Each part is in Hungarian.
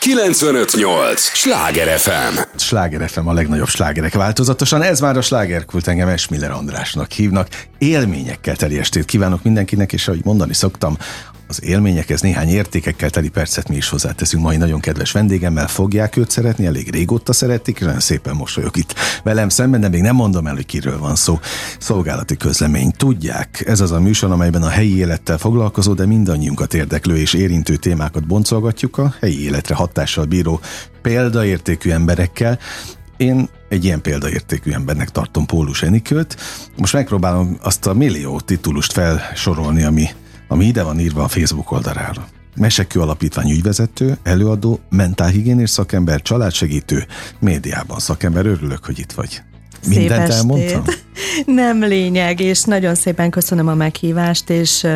95.8 Sláger FM. Sláger FM, a legnagyobb slágerek változatosan. Ez már a Slágerkult, engem Esmiller Andrásnak hívnak. Élményekkel teli estét kívánok mindenkinek, és ahogy mondani szoktam, az élményekhez néhány értékekkel teli percet mi is hozzáteszünk. Mai nagyon kedves vendégemmel, fogják őt szeretni, elég régóta szeretik, és nagyon szépen mosolyog itt velem szemben, de még nem mondom el, hogy kiről van szó. Szolgálati közlemény. Tudják, ez az a műsor, amelyben a helyi élettel foglalkozó, de mindannyiunkat érdeklő és érintő témákat boncolgatjuk a helyi életre hatással bíró példaértékű emberekkel. Én egy ilyen példaértékű embernek tartom Pólus Enikőt. Most megpróbálom azt a millió titulust felsorolni, ami ide van írva a Facebook oldalára. Mesekő Alapítvány ügyvezető, előadó, mentálhigiénés szakember, családsegítő, médiában szakember. Örülök, hogy itt vagy. Mindent elmondtam? Nem lényeg, és nagyon szépen köszönöm a meghívást, és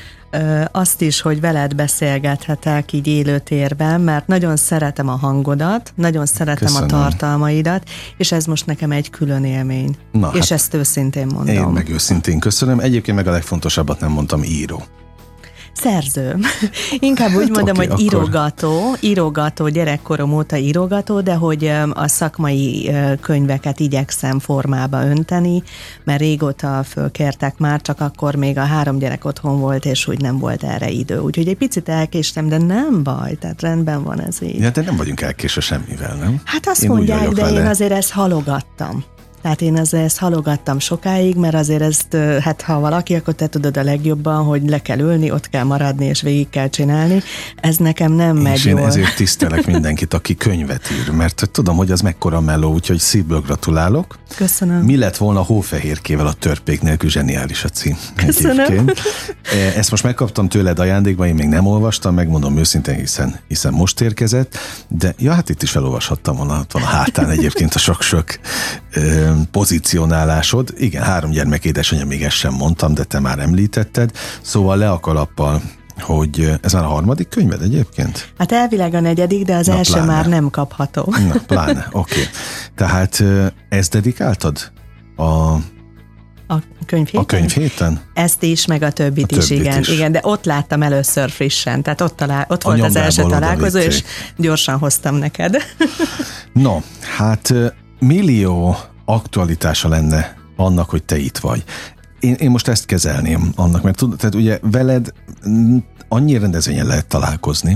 azt is, hogy veled beszélgethetek így élőtérben, mert nagyon szeretem a hangodat, nagyon szeretem a tartalmaidat, és ez most nekem egy külön élmény. És hát ezt őszintén mondom. Én meg őszintén köszönöm. Egyébként meg a legfontosabbat nem mondtam, író. Szerző. Inkább úgy mondom, hogy írogató, gyerekkorom óta írogató, de hogy a szakmai könyveket igyekszem formába önteni, mert régóta fölkértek már, csak akkor még a 3 gyerek otthon volt, és úgy nem volt erre idő. Úgyhogy egy picit elkéstem, de nem baj, tehát rendben van ez így. Ja, de nem vagyunk elkésve semmivel, nem? Hát azt mondják, de én azért ezt halogattam. Tehát én ezt halogattam sokáig, mert azért ezt, hát ha valaki, akkor te tudod a legjobban, hogy le kell ülni, ott kell maradni, és végig kell csinálni. Ez nekem nem megy jól. És én ezért tisztelek mindenkit, aki könyvet ír, mert tudom, hogy az mekkora meló, úgyhogy szívből gratulálok. Köszönöm. Mi lett volna Hófehérkével a törpék nélkül? Zseniális a cím. Köszönöm. Egyébként. Ezt most megkaptam tőled ajándékban, én még nem olvastam, megmondom őszintén, hiszen most érkezett, de ja, hát itt is felolvashattam volna, ott van a hátán egyébként a sok-sok pozícionálásod. Igen, 3 gyermek édesanyja, még ezt sem mondtam, de te már említetted. Szóval le a kalappal, hogy ez már a 3. könyved egyébként? Hát elvileg a 4., de az első pláne. Már nem kapható. Na, pláne, oké. Tehát ezt dedikáltad a könyvhéten? A könyvhéten? Ezt is, meg a többit is, igen, de ott láttam először frissen, tehát ott volt az első találkozó, és gyorsan hoztam neked. No, hát millió aktualitása lenne annak, hogy te itt vagy. Én most ezt kezelném annak, mert tehát ugye veled annyi rendezvényen lehet találkozni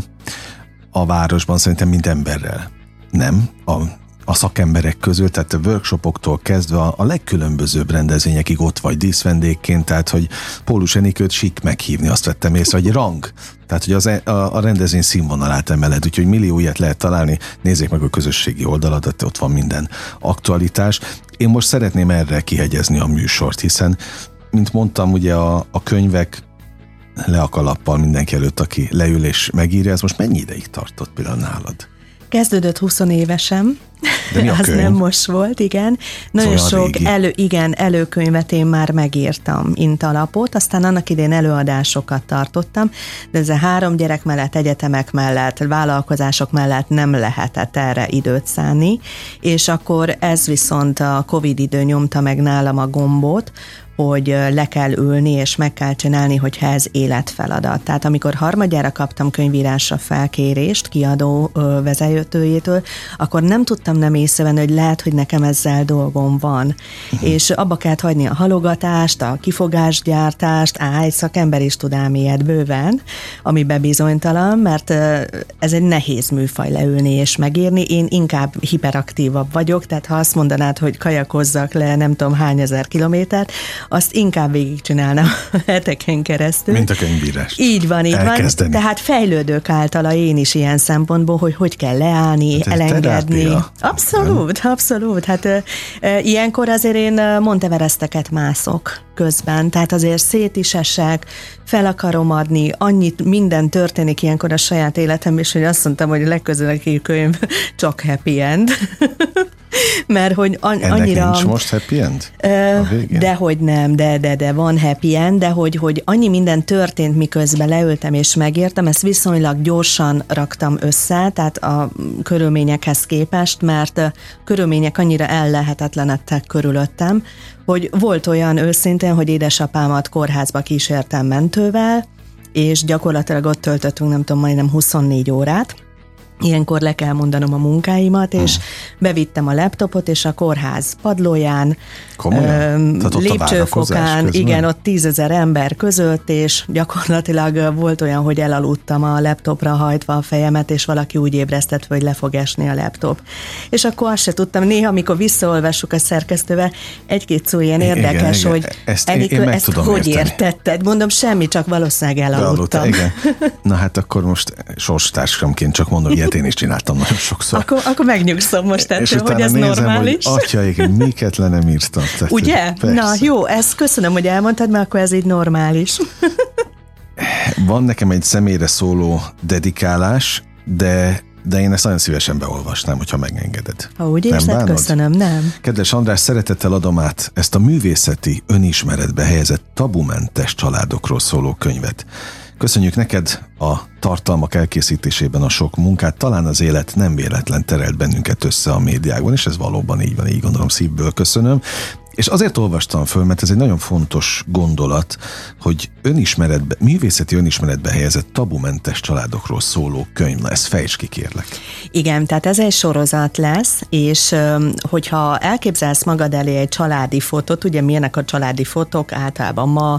a városban, szerintem mint emberrel. Nem? A szakemberek közül, tehát a workshopoktól kezdve a legkülönbözőbb rendezvényekig ott vagy díszvendégként, tehát hogy Pólus Enikőt sik meghívni, azt vettem észre, hogy rang. Tehát, hogy a rendezvény színvonalát emeled, úgyhogy millió ilyet lehet találni. Nézzék meg a közösségi oldaladat, ott van minden aktualitás. Én most szeretném erre kihegyezni a műsort, hiszen, mint mondtam, ugye a könyvek le a kalappal mindenki előtt, aki leül és megírja, ez most mennyi ideig tartott például nálad? Kezdődött 20 évesem, az nem most volt, igen. Nagyon sok előkönyvet én már megírtam, intalapot, aztán annak idén előadásokat tartottam, de ez a 3 gyerek mellett, egyetemek mellett, vállalkozások mellett nem lehetett erre időt szánni, és akkor ez viszont a Covid idő nyomta meg nálam a gombot, hogy le kell ülni, és meg kell csinálni, hogyha ez életfeladat. Tehát amikor harmadjára kaptam könyvírásra felkérést kiadó vezetőjétől, akkor nem tudtam nem észrevenni, hogy lehet, hogy nekem ezzel dolgom van. És abba kellett hagyni a halogatást, a kifogásgyártást, egy szakember is tud ám ilyet bőven, amiben bizonytalan, mert ez egy nehéz műfaj leülni és megírni. Én inkább hiperaktívabb vagyok, tehát ha azt mondanád, hogy kajakozzak le nem tudom hány ezer kilométert, azt inkább végigcsinálnám heteken keresztül. Mint a könyvírás. Így van. Tehát fejlődök általa én is ilyen szempontból, hogy kell leállni, hát elengedni. Terápia. Abszolút. Hát ilyenkor azért én Monteveresteket mászok közben, tehát azért szét is esek, fel akarom adni, minden történik ilyenkor a saját életem, és hogy azt mondtam, hogy a legközelebbi könyv csak happy end. Mert hogy annyira... Ennek nincs most happy end? Dehogy nem, de van happy end, de hogy annyi minden történt, miközben leültem és megértem, ezt viszonylag gyorsan raktam össze, tehát a körülményekhez képest, mert a körülmények annyira ellehetetlenedtek körülöttem, hogy volt olyan őszintén, hogy édesapámat kórházba kísértem mentővel, és gyakorlatilag ott töltöttünk, nem tudom, majdnem 24 órát, Ilyenkor le kell mondanom a munkáimat, és bevittem a laptopot, és a kórház padlóján, lépcsőfokán, igen, ott 10 000 ember között, és gyakorlatilag volt olyan, hogy elaludtam a laptopra hajtva a fejemet, és valaki úgy ébresztett, hogy le fog esni a laptop. És akkor azt se tudtam, néha, amikor visszaolvassuk a szerkesztővel, egy-két szó ilyen érdekes, igen, hogy ezt hogy értetted? Mondom, semmi, csak valószínűleg elaludtam. Igen. Na hát akkor most sorstársamként csak mondom, ilyet én is csináltam nagyon sokszor. Akkor megnyugszom most ettől, hogy ez nézem, normális. Hogy atyaik, miket le nem írtam. Tehát, ugye? Persze. Na jó, ezt köszönöm, hogy elmondtad, mert akkor ez így normális. Van nekem egy személyre szóló dedikálás, de én ezt nagyon szívesen beolvasnám, hogyha megengeded. Ha úgy érzed, köszönöm, nem? Kedves András, szeretettel adom át ezt a művészeti önismeretbe helyezett tabumentes családokról szóló könyvet. Köszönjük neked a tartalmak elkészítésében a sok munkát, talán az élet nem véletlen terelt bennünket össze a médiákban, és ez valóban így van, így gondolom, szívből köszönöm. És azért olvastam föl, mert ez egy nagyon fontos gondolat, hogy művészeti önismeretbe helyezett tabumentes családokról szóló könyv. Na, ezt fejtsd ki, kérlek. Igen, tehát ez egy sorozat lesz, és hogyha elképzelsz magad elé egy családi fotót, ugye milyenek a családi fotók általában ma,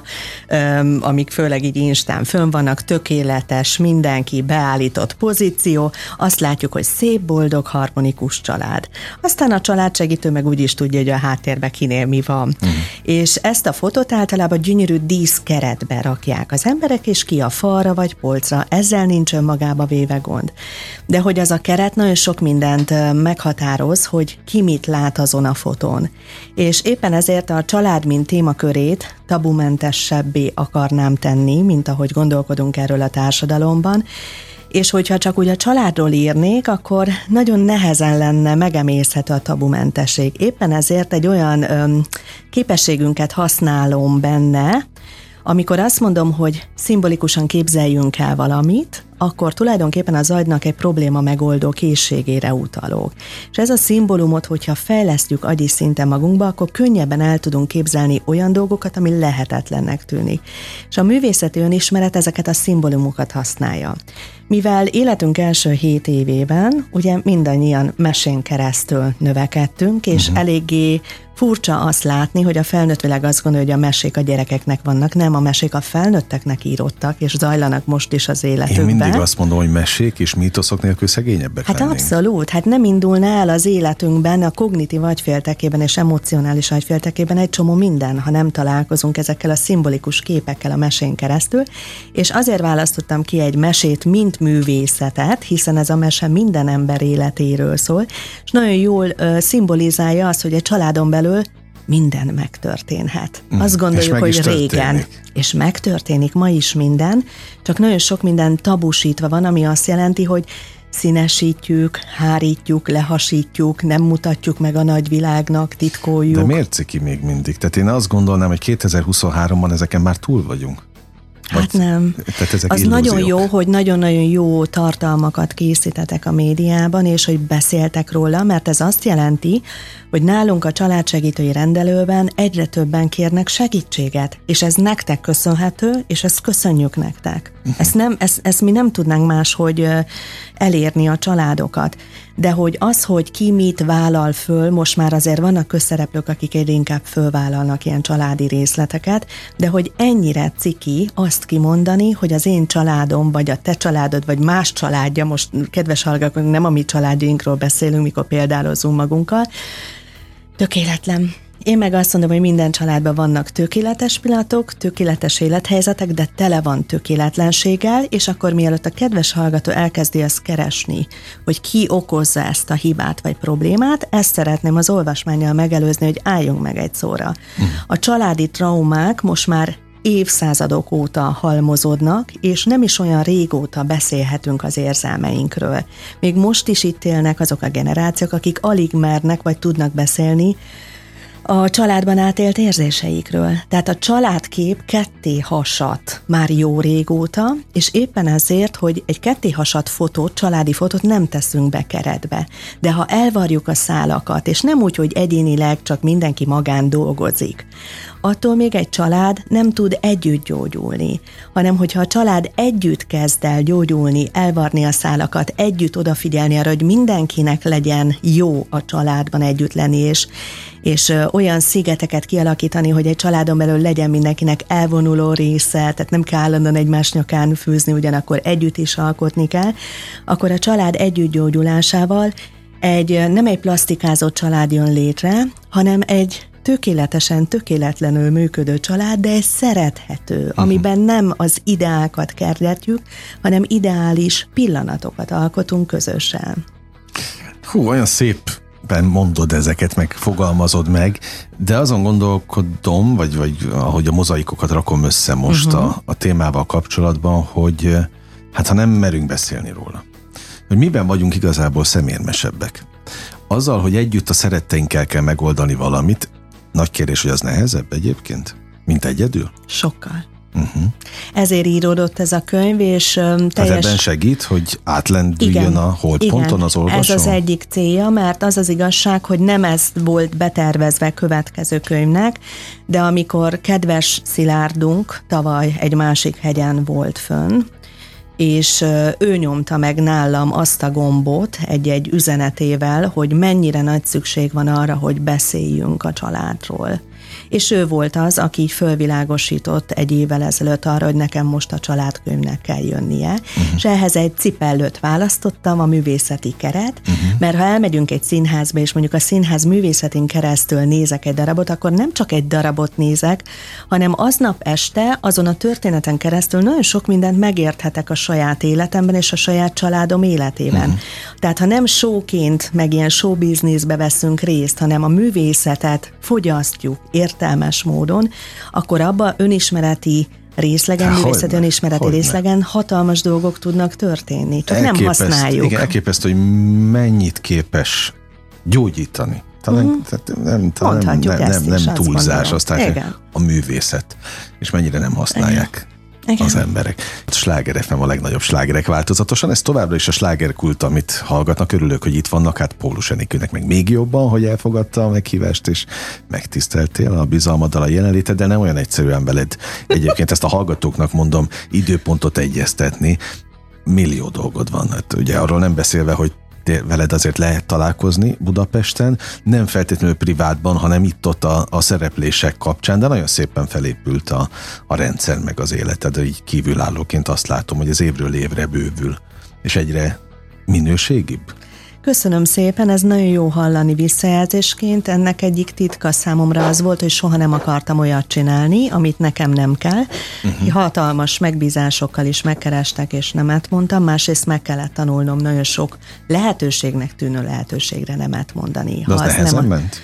amik főleg így Instán fönn vannak, tökéletes, mindenki beállított pozíció, azt látjuk, hogy szép, boldog, harmonikus család. Aztán a családsegítő meg úgy is tudja, hogy a háttérben kinél mi van. És ezt a fotót általában gyönyörű díszkeretbe rakják az emberek, és ki a falra vagy polcra, ezzel nincs önmagába véve gond. De hogy az a keret nagyon sok mindent meghatároz, hogy ki mit lát azon a fotón. És éppen ezért a család, mint témakörét tabumentesebbé akarnám tenni, mint ahogy gondolkodunk erről a társadalomban, és hogyha csak úgy a családról írnék, akkor nagyon nehezen lenne megemészhető a tabumentesség. Éppen ezért egy olyan képességünket használom benne, amikor azt mondom, hogy szimbolikusan képzeljünk el valamit, akkor tulajdonképpen az agynak egy probléma megoldó készségére utalok. És ez a szimbólumot, hogyha fejlesztjük agyi szinten magunkba, akkor könnyebben el tudunk képzelni olyan dolgokat, ami lehetetlennek tűnik. És a művészeti önismeret ezeket a szimbólumokat használja. Mivel életünk első 7 évében, ugye mindannyian mesén keresztül növekedtünk, és eléggé furcsa azt látni, hogy a felnőtt világ azt gondolja, hogy a mesék a gyerekeknek vannak, nem, a mesék a felnőtteknek írottak, és zajlanak most is az életükben. Én mindig azt mondom, hogy mesék és mítoszok nélkül szegényebbek lennénk. Hát abszolút, hát nem indulna el az életünkben, a kognitív agyféltekében és emocionális agyféltekében egy csomó minden, ha nem találkozunk ezekkel a szimbolikus képekkel a mesén keresztül, és azért választottam ki egy mesét, mint művészetet, hiszen ez a mese minden ember életéről szól, és nagyon jól szimbolizálja azt, hogy egy családon belül minden megtörténhet. Azt gondoljuk, hogy régen. És megtörténik ma is minden, csak nagyon sok minden tabusítva van, ami azt jelenti, hogy színesítjük, hárítjuk, lehasítjuk, nem mutatjuk meg a nagyvilágnak, titkoljuk. De miért ciki még mindig? Tehát én azt gondolnám, hogy 2023-ban ezeken már túl vagyunk. Hát nem. Az illúziók. Nagyon jó, hogy nagyon-nagyon jó tartalmakat készítetek a médiában, és hogy beszéltek róla, mert ez azt jelenti, hogy nálunk a családsegítői rendelőben egyre többen kérnek segítséget, és ez nektek köszönhető, és ezt köszönjük nektek. Ezt mi nem tudnánk máshogy elérni a családokat. De hogy az, hogy ki mit vállal föl, most már azért vannak közszereplők, akik egyre inkább fölvállalnak ilyen családi részleteket, de hogy ennyire ciki azt kimondani, hogy az én családom, vagy a te családod, vagy más családja, most kedves hallgatók, nem a mi családjainkról beszélünk, mikor példálozunk magunkkal, tökéletlen. Én meg azt mondom, hogy minden családban vannak tökéletes pillanatok, tökéletes élethelyzetek, de tele van tökéletlenséggel, és akkor mielőtt a kedves hallgató elkezdi azt keresni, hogy ki okozza ezt a hibát vagy problémát, ezt szeretném az olvasmánnyal megelőzni, hogy álljunk meg egy szóra. A családi traumák most már évszázadok óta halmozódnak, és nem is olyan régóta beszélhetünk az érzelmeinkről. Még most is itt élnek azok a generációk, akik alig mernek vagy tudnak beszélni a családban átélt érzéseikről. Tehát a családkép ketté hasadt már jó régóta, és éppen ezért, hogy egy ketté hasadt fotót, családi fotót nem teszünk be keretbe. De ha elvarjuk a szálakat, és nem úgy, hogy egyénileg csak mindenki magán dolgozik, attól még egy család nem tud együtt gyógyulni, hanem hogyha a család együtt kezd el gyógyulni, elvarni a szálakat, együtt odafigyelni arra, hogy mindenkinek legyen jó a családban együtt lenni, és olyan szigeteket kialakítani, hogy egy családon belül legyen mindenkinek elvonuló része, tehát nem kell állandóan egymás nyakán fűzni, ugyanakkor együtt is alkotni kell, akkor a család együtt gyógyulásával nem egy plastikázott család jön létre, hanem egy tökéletlenül működő család, de egy szerethető, amiben nem az ideákat kergetjük, hanem ideális pillanatokat alkotunk közösen. Olyan szépen mondod ezeket, meg fogalmazod meg, de azon gondolkodom, vagy ahogy a mozaikokat rakom össze most a témával kapcsolatban, hogy hát ha nem merünk beszélni róla, hogy miben vagyunk igazából szemérmesebbek. Azzal, hogy együtt a szeretteinkkel kell megoldani valamit, nagy kérdés, hogy az nehezebb egyébként, mint egyedül? Sokkal. Ezért íródott ez a könyv, és ebben segít, hogy átlendüljön a holdponton az olvasó? Ez az egyik célja, mert az az igazság, hogy nem ez volt betervezve következő könyvnek, de amikor kedves Szilárdunk tavaly egy másik hegyen volt fönn, és ő nyomta meg nálam azt a gombot egy üzenetével, hogy mennyire nagy szükség van arra, hogy beszéljünk a családról. És ő volt az, aki így fölvilágosított egy évvel ezelőtt arra, hogy nekem most a családkönyvnek kell jönnie, és ehhez egy cipellőt választottam, a művészeti keret, mert ha elmegyünk egy színházba, és mondjuk a színház művészetén keresztül nézek egy darabot, akkor nem csak egy darabot nézek, hanem aznap este azon a történeten keresztül nagyon sok mindent megérthetek a saját életemben és a saját családom életében. Tehát ha nem showként, meg ilyen showbizniszbe veszünk részt, hanem a művészetet fogyasztjuk értelmes módon, akkor abban önismereti részlegen, művészeti önismereti részlegen hatalmas dolgok tudnak történni. Csak nem használjuk. Igen, elképesztő, hogy mennyit képes gyógyítani. Talán nem túlzás, aztán a művészet, és mennyire nem használják. Igen. Az emberek. Sláger FM a legnagyobb slágerek változatosan, ez továbbra is a slágerkult, amit hallgatnak. Örülök, hogy itt vannak, hát Pólus Enikőnek meg még jobban, hogy elfogadta a meghívást, és megtiszteltél a bizalmaddal, a jelenléteddel, nem olyan egyszerűen veled. Egyébként ezt a hallgatóknak mondom, időpontot egyeztetni, millió dolgod van. Hát ugye arról nem beszélve, hogy veled azért lehet találkozni Budapesten, nem feltétlenül privátban, hanem itt-ott a szereplések kapcsán, de nagyon szépen felépült a rendszer meg az életed, így kívülállóként azt látom, hogy ez évről évre bővül, és egyre minőségibb. Köszönöm szépen, ez nagyon jó hallani visszajelzésként. Ennek egyik titka számomra az volt, hogy soha nem akartam olyat csinálni, amit nekem nem kell. Hatalmas megbízásokkal is megkerestek, és nemet mondtam. Másrészt meg kellett tanulnom nagyon sok lehetőségnek tűnő lehetőségre nemet mondani. De az nehezen ment?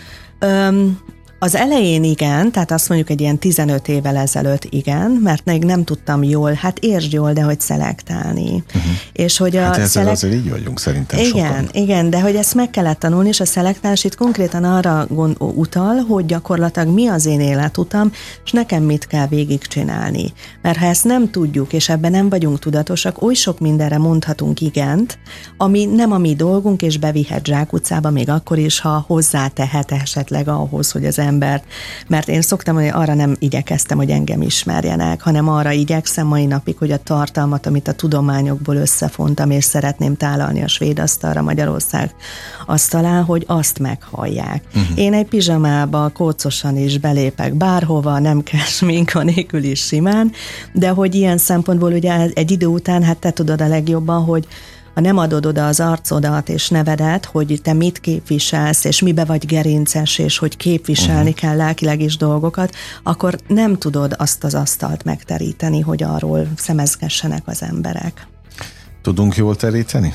Az elején igen, tehát azt mondjuk egy ilyen 15 évvel ezelőtt igen, mert még nem tudtam jól, hát értsd jól, de hogy szelektálni. És hogy hát ezzel azért így vagyunk szerintem sokan. Igen, de hogy ezt meg kellett tanulni, és a szelektálás itt konkrétan arra utal, hogy gyakorlatilag mi az én életutam, és nekem mit kell végigcsinálni. Mert ha ezt nem tudjuk, és ebben nem vagyunk tudatosak, oly sok mindenre mondhatunk igent, ami nem a mi dolgunk, és bevihet zsákutcába még akkor is, ha hozzátehet esetleg ahhoz, hogy az embert, mert én szoktam, hogy arra nem igyekeztem, hogy engem ismerjenek, hanem arra igyekszem mai napig, hogy a tartalmat, amit a tudományokból összefontam, és szeretném tálalni a svéd asztalra, Magyarország asztalán, hogy azt meghallják. Én egy pizsamába kócosan is belépek bárhova, nem kell smink nélkül is simán, de hogy ilyen szempontból ugye egy idő után, hát te tudod a legjobban, hogy ha nem adod oda az arcodat és nevedet, hogy te mit képviselsz, és mibe vagy gerinces, és hogy képviselni kell lelkileg is dolgokat, akkor nem tudod azt az asztalt megteríteni, hogy arról szemezgessenek az emberek. Tudunk jól teríteni?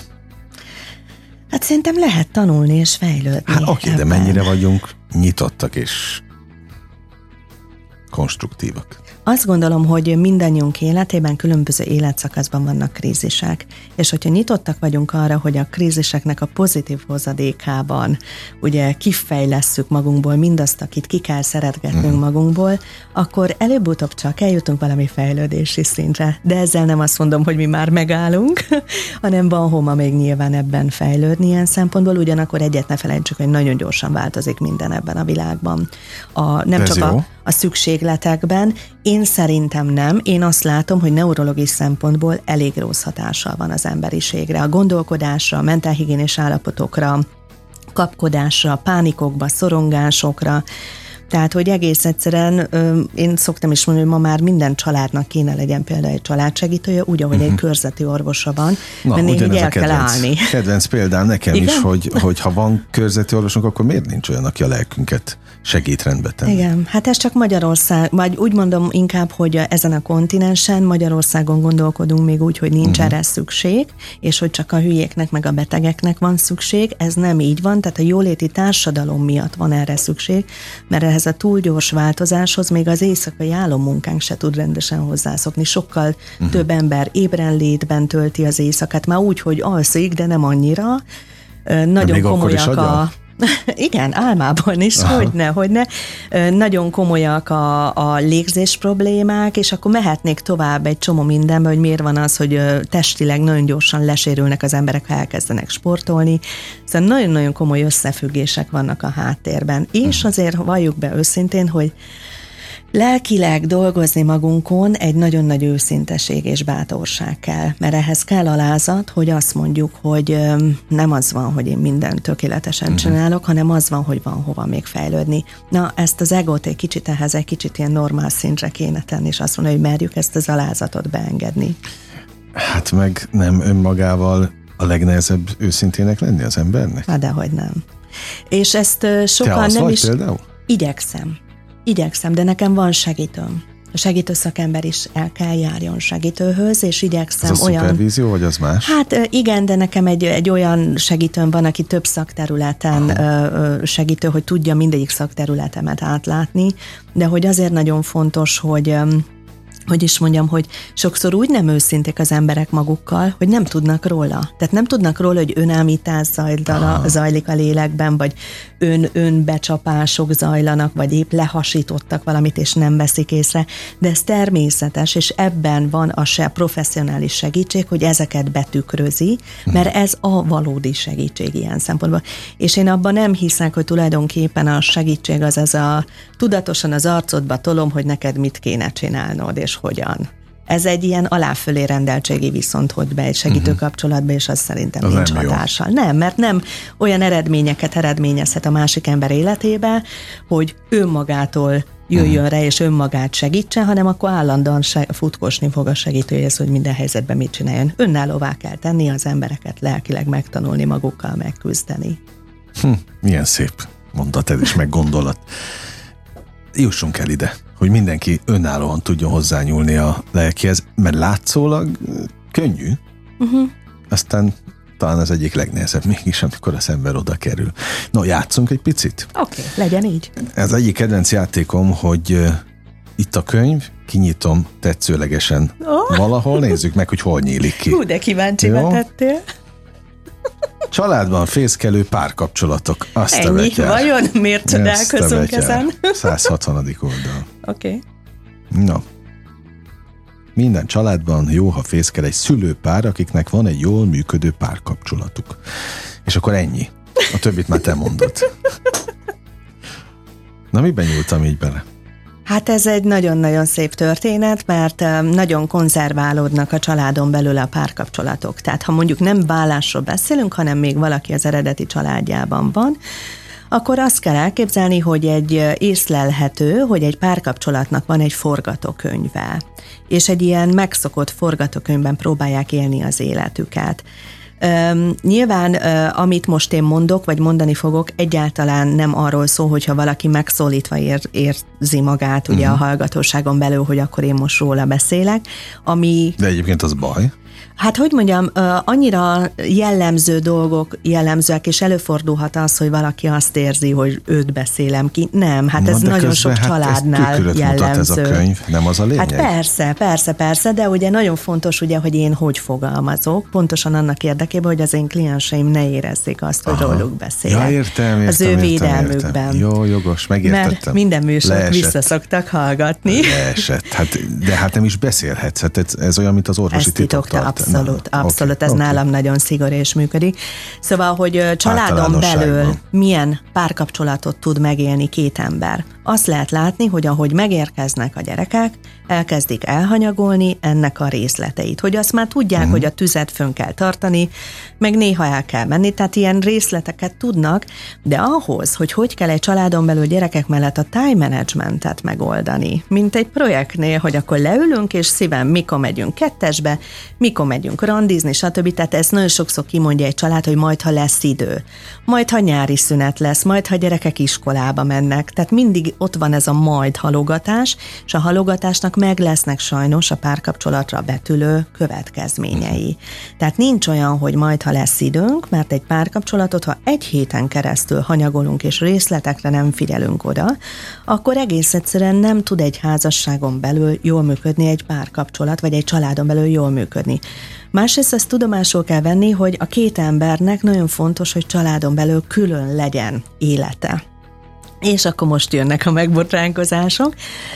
Hát szerintem lehet tanulni és fejlődni. Hát oké, de mennyire vagyunk nyitottak és konstruktívak? Azt gondolom, hogy mindannyiunk életében különböző életszakaszban vannak krízisek, és hogyha nyitottak vagyunk arra, hogy a kríziseknek a pozitív hozadékában ugye kifejlesszük magunkból mindazt, akit ki kell szeretgetnünk magunkból, akkor előbb-utóbb csak eljutunk valami fejlődési szintre. De ezzel nem azt mondom, hogy mi már megállunk, hanem van hova még nyilván ebben fejlődni ilyen szempontból, ugyanakkor egyet ne felejtsük, hogy nagyon gyorsan változik minden ebben a világban. Nem csak a szükségletekben. Én szerintem nem. Én azt látom, hogy neurológiai szempontból elég rossz hatással van az emberiségre, a gondolkodásra, a mentálhigiénés állapotokra, kapkodásra, pánikokba, szorongásokra. Tehát, hogy egész egyszerűen én szoktam is mondani, hogy ma már minden családnak kéne legyen például egy családsegítője, úgy, ahogy egy körzeti orvosa van, mert néha el kell állni. Kedvenc példám nekem igen? is, hogy ha van körzeti orvosunk, akkor miért nincs olyan, aki a lelkünket segít rendbe tenni? Igen, hát ez csak Magyarország, vagy úgy mondom inkább, hogy ezen a kontinensen Magyarországon gondolkodunk még úgy, hogy nincs erre szükség, és hogy csak a hülyéknek meg a betegeknek van szükség. Ez nem így van, tehát a jóléti társadalom miatt van erre szükség, mert ehhez a túl gyors változáshoz még az éjszakai álommunkánk se tud rendesen hozzászokni. Sokkal több ember ébrenlétben tölti az éjszakát, már úgy, hogy alszik, de nem annyira. Nagyon komolyak a... Igen, álmában is, hogyne. Nagyon komolyak a légzés problémák, és akkor mehetnék tovább egy csomó mindenbe, hogy miért van az, hogy testileg nagyon gyorsan lesérülnek az emberek, ha elkezdenek sportolni. Szóval nagyon-nagyon komoly összefüggések vannak a háttérben. És azért valljuk be őszintén, hogy lelkileg dolgozni magunkon egy nagyon nagy őszinteség és bátorság kell, mert ehhez kell alázat, hogy azt mondjuk, hogy nem az van, hogy én mindent tökéletesen csinálok, hanem az van, hogy van hova még fejlődni. Na, ezt az egót egy kicsit ilyen normál szintre kéne tenni, és azt mondani, hogy merjük ezt az alázatot beengedni. Hát meg nem önmagával a legnehezebb őszintének lenni az embernek? Hát dehogy nem. És ezt sokan te az nem vagy is... például? Igyekszem, de nekem van segítőm. A segítő szakember is el kell járjon segítőhöz, és igyekszem olyan... Ez a szupervízió, vagy az más? Hát igen, de nekem egy olyan segítőm van, aki több szakterületen segítő, hogy tudja mindegyik szakterületemet átlátni, de hogy azért nagyon fontos, hogy is mondjam, hogy sokszor úgy nem őszinték az emberek magukkal, hogy nem tudnak róla. Tehát nem tudnak róla, hogy önállítás zajlik a lélekben, vagy önbecsapások zajlanak, vagy épp lehasítottak valamit, és nem veszik észre. De ez természetes, és ebben van a professzionális segítség, hogy ezeket betükrözi, mert ez a valódi segítség ilyen szempontból. És én abban nem hiszek, hogy tulajdonképpen a segítség az ez a tudatosan az arcodba tolom, hogy neked mit kéne csinálnod, és hogyan. Ez egy ilyen aláfölé rendeltségi viszont hoz be egy segítő kapcsolatba, és az szerintem az nincs hatással. Nem, mert nem olyan eredményeket eredményezhet a másik ember életébe, hogy önmagától jöjjön rá, és önmagát segítsen, hanem akkor állandóan futkosni fog a segítőjéhez, hogy minden helyzetben mit csináljon. Önállóvá kell tenni az embereket, lelkileg megtanulni magukkal megküzdeni. Milyen szép mondat ez is, meg gondolat. Jussunk el ide, hogy mindenki önállóan tudjon hozzányúlni a lelkihez, mert látszólag könnyű, aztán talán az egyik legnehezebb mégis, amikor az ember oda kerül. No, játszunk egy picit? Oké, legyen így. Ez egyik kedvenc játékom, hogy itt a könyv, kinyitom tetszőlegesen valahol, nézzük meg, hogy hol nyílik ki. Hú, de kíváncsi tettél. Családban fészkelő párkapcsolatok. Ennyi, vajon miért csodálkozunk ezen? 160. oldal. Oké. Na. Minden családban jó, ha fészkel egy szülőpár, akiknek van egy jól működő párkapcsolatuk. És akkor ennyi. A többit már te mondod. Na, miben nyúltam így bele? Hát ez egy nagyon-nagyon szép történet, mert nagyon konzerválódnak a családon belül a párkapcsolatok. Tehát ha mondjuk nem vállásról beszélünk, hanem még valaki az eredeti családjában van, akkor azt kell elképzelni, hogy egy észlelhető, hogy egy párkapcsolatnak van egy forgatókönyve, és egy ilyen megszokott forgatókönyvben próbálják élni az életüket. Nyilván, amit most én mondok, vagy mondani fogok, egyáltalán nem arról szól, hogyha valaki megszólítva érzi magát ugye a hallgatóságon belül, hogy akkor én most róla beszélek, ami... De egyébként az baj. Hát, hogy mondjam, annyira jellemző dolgok jellemzőek, és előfordulhat az, hogy valaki azt érzi, hogy őt beszélem ki. Nem, hát ez nagyon sok családnál jellemző. Ez a könyv, nem az a lényeg? Hát persze, de ugye nagyon fontos, ugye, hogy én hogy fogalmazok, pontosan annak érdekében, hogy az én klienseim ne érezzék azt, hogy róluk beszélek. Ja, értem, az ő védelmükben. Jó, jogos, megértettem. Mert minden műsort vissza szoktak hallgatni. Leesett, de hát nem is beszélhetsz, hát ez olyan, mint az orvosi titoktartás. Abszolút, ez nálam nagyon szigorú és működik. Szóval, hogy családon belül milyen párkapcsolatot tud megélni két ember. Azt lehet látni, hogy ahogy megérkeznek a gyerekek, elkezdik elhanyagolni ennek a részleteit. Hogy azt már tudják, hogy a tüzet fönn kell tartani, meg néha el kell menni, tehát ilyen részleteket tudnak, de ahhoz, hogy kell egy családon belül gyerekek mellett a time managementet megoldani, mint egy projektnél, hogy akkor leülünk, és szíven mikor megyünk kettesbe, mikor megyünk randizni, stb. Tehát ezt nagyon sokszor kimondja egy család, hogy majd, ha lesz idő, majd, ha nyári szünet lesz, majd, ha gyerekek iskolába mennek. Tehát mindig ott van ez a majd halogatás, és a halogatásnak meg lesznek sajnos a párkapcsolatra betülő következményei. Tehát nincs olyan, hogy majd, ha lesz időnk, mert egy párkapcsolatot, ha egy héten keresztül hanyagolunk és részletekre nem figyelünk oda, akkor egész egyszerűen nem tud egy házasságon belül jól működni egy párkapcsolat, vagy egy családon belül jól működni. Másrészt ezt tudomásul kell venni, hogy a két embernek nagyon fontos, hogy családon belül külön legyen élete. És akkor most jönnek a megbotránkozások.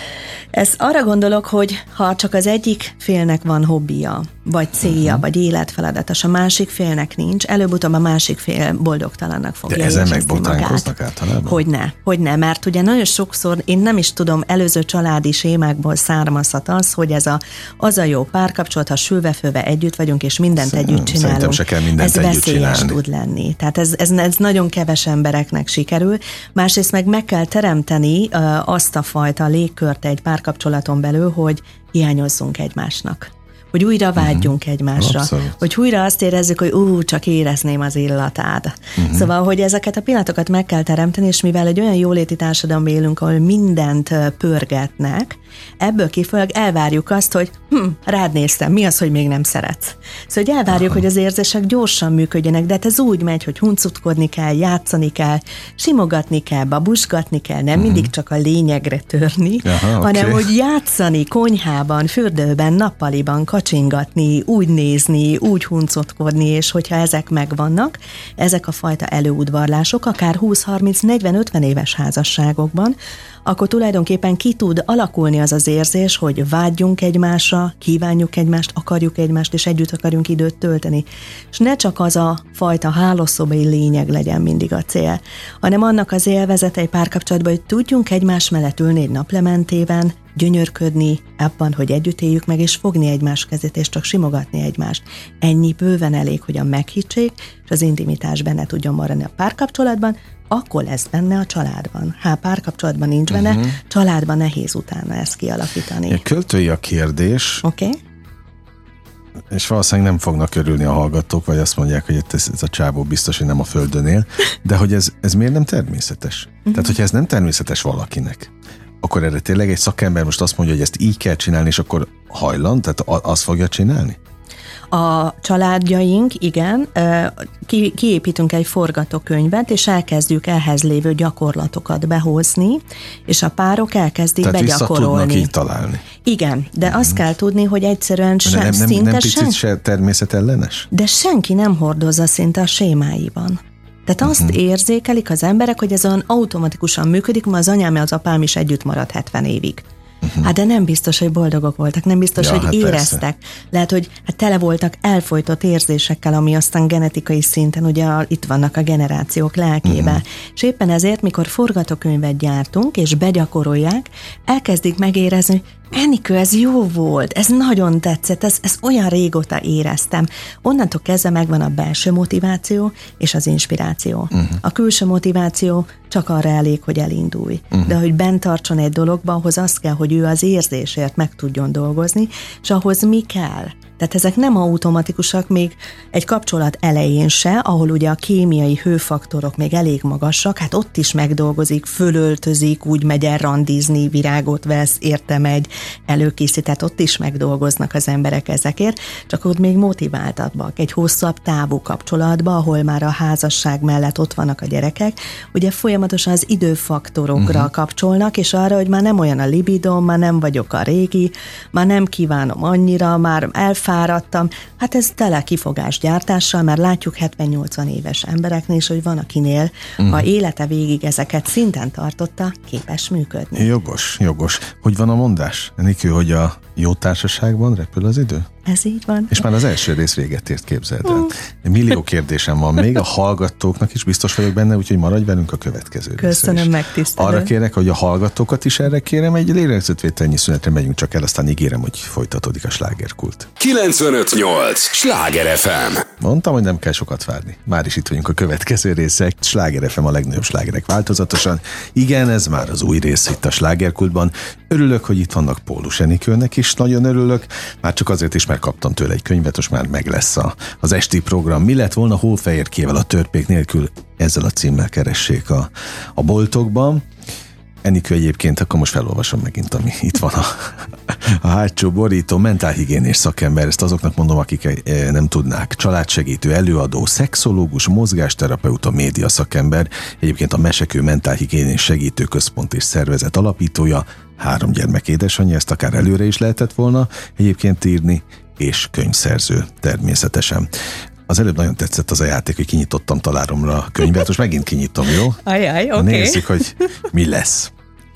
Ezt arra gondolok, hogy ha csak az egyik félnek van hobbija, vagy célja, vagy életfeladata, a másik félnek nincs, előbb-utóbb a másik fél boldogtalannak fogja érezni magát. De ezen megbotránkoznak általában? Hogyne, mert ugye nagyon sokszor, én nem is tudom, előző családi sémákból származhat az, hogy az a jó párkapcsolat, ha sülve-főve együtt vagyunk, és mindent együtt csinálunk. Se kell mindent ez veszélyes tud lenni. Tehát ez nagyon keves embereknek sikerül. Másrészt meg kell teremteni azt a fajta légkört egy párkapcsolaton belül, hogy hiányozzunk egymásnak. Hogy újra vágyjunk egymásra. Abszolút. Hogy újra azt érezzük, hogy csak érezném az illatát. Szóval, hogy ezeket a pillanatokat meg kell teremteni, és mivel egy olyan jóléti társadalomban élünk, ahol mindent pörgetnek, ebből kifolyólag elvárjuk azt, hogy rád néztem, mi az, hogy még nem szeretsz. Szóval, hogy elvárjuk, hogy az érzések gyorsan működjenek, de hát ez úgy megy, hogy huncutkodni kell, játszani kell, simogatni kell, babusgatni kell, nem mindig csak a lényegre törni, hanem hogy játszani konyhában, fürdőben, nappaliban, kacsingatni, úgy nézni, úgy huncutkodni, és hogyha ezek megvannak, ezek a fajta előudvarlások, akár 20-30-40-50 éves házasságokban, akkor tulajdonképpen ki tud alakulni az az érzés, hogy vágyjunk egymásra, kívánjuk egymást, akarjuk egymást, és együtt akarjunk időt tölteni. És ne csak az a fajta hálószobai lényeg legyen mindig a cél, hanem annak az élvezete egy párkapcsolatban, hogy tudjunk egymás mellett ülni egy naplementében, gyönyörködni abban, hogy együtt éljük meg, és fogni egymás kezét, és csak simogatni egymást. Ennyi bőven elég, hogy a meghittség és az intimitás benne tudjon maradni a párkapcsolatban, akkor lesz benne a családban. Ha párkapcsolatban nincs benne, családban nehéz utána ezt kialakítani. Költői a kérdés. Oké. És valószínűleg nem fognak örülni a hallgatók, vagy azt mondják, hogy ez a csávó biztos, hogy nem a földön él, de hogy ez miért nem természetes? Tehát, hogyha ez nem természetes valakinek, akkor erre tényleg egy szakember most azt mondja, hogy ezt így kell csinálni, és akkor hajlan, tehát azt fogja csinálni? A családjaink, igen, kiépítünk egy forgatókönyvet, és elkezdjük ehhez lévő gyakorlatokat behozni, és a párok elkezdik tehát begyakorolni. Tehát vissza tudnak így találni. Igen, de azt kell tudni, hogy egyszerűen nem picit se természetellenes? De senki nem hordozza szinte a sémáiban. Tehát azt érzékelik az emberek, hogy ez olyan automatikusan működik, mert az anyám és az apám is együtt marad 70 évig. Hát de nem biztos, hogy boldogok voltak, nem biztos, hogy éreztek. Persze. Lehet, hogy tele voltak elfojtott érzésekkel, ami aztán genetikai szinten, ugye itt vannak a generációk lelkében. És éppen ezért, mikor forgatókönyvet gyártunk, és begyakorolják, elkezdik megérezni, Enikő, ez jó volt, ez nagyon tetszett, ez olyan régóta éreztem. Onnantól kezdve megvan a belső motiváció és az inspiráció. A külső motiváció csak arra elég, hogy elindulj. De hogy bent tartson egy dologba, ahhoz az kell, hogy ő az érzésért meg tudjon dolgozni, és ahhoz mi kell? Tehát ezek nem automatikusak még egy kapcsolat elején se, ahol ugye a kémiai hőfaktorok még elég magasak, hát ott is megdolgozik, fölöltözik, úgy megy el randizni, virágot vesz, érte megy, előkészített, ott is megdolgoznak az emberek ezekért, csak ott még motiváltabbak. Egy hosszabb távú kapcsolatban, ahol már a házasság mellett ott vannak a gyerekek, ugye folyamatosan az időfaktorokra kapcsolnak, és arra, hogy már nem olyan a libidom, már nem vagyok a régi, már nem kívánom annyira, már elfáradtam. Hát ez tele kifogásgyártással, mert látjuk 70-80 éves embereknél is, hogy van akinél, ha élete végig ezeket szinten tartotta, képes működni. Jogos. Hogy van a mondás, Enikő, hogy a jó társaságban repül az idő? Ez így van. És már az első rész véget ért, képzeld el. Millió kérdésem van még, a hallgatóknak is biztos vagyok benne, úgyhogy maradj velünk a következő részre. Köszönöm, megtisztelő. Arra kérek, hogy a hallgatókat is erre kérem, egy lélegzetvételnyi szünetre megyünk csak el, aztán ígérem, hogy folytatódik a slágerkult. 95.8 Sláger FM. Mondtam, hogy nem kell sokat várni. Már is itt vagyunk a következő részek. Sláger FM, a legnagyobb slágerek változatosan. Igen, ez már az új rész itt a slágerkultban. Örülök, hogy itt vannak Pólus Enikőnek is, nagyon örülök. Már csak azért is, mert kaptam tőle egy könyvet, most már meg lesz az esti program. Mi lett volna Hófehérkével a törpék nélkül? Ezzel a címmel keressék a boltokban. Enikő egyébként, akkor most felolvasom megint, ami itt van a hátsó borító, mentálhigiénés szakember, ezt azoknak mondom, akik nem tudnák. Családsegítő, előadó, szexológus, mozgásterapeuta, média szakember, egyébként a Mesekő Mentálhigiénés Segítő Központ és Szervezet alapítója, 3 gyermek édesanyja, ezt akár előre is lehetett volna egyébként írni, és könyvszerző természetesen. Az előbb nagyon tetszett az a játék, hogy kinyitottam találomra a könyvet, most megint kinyitom, jó? Ajaj, oké. Nézzük, hogy mi lesz.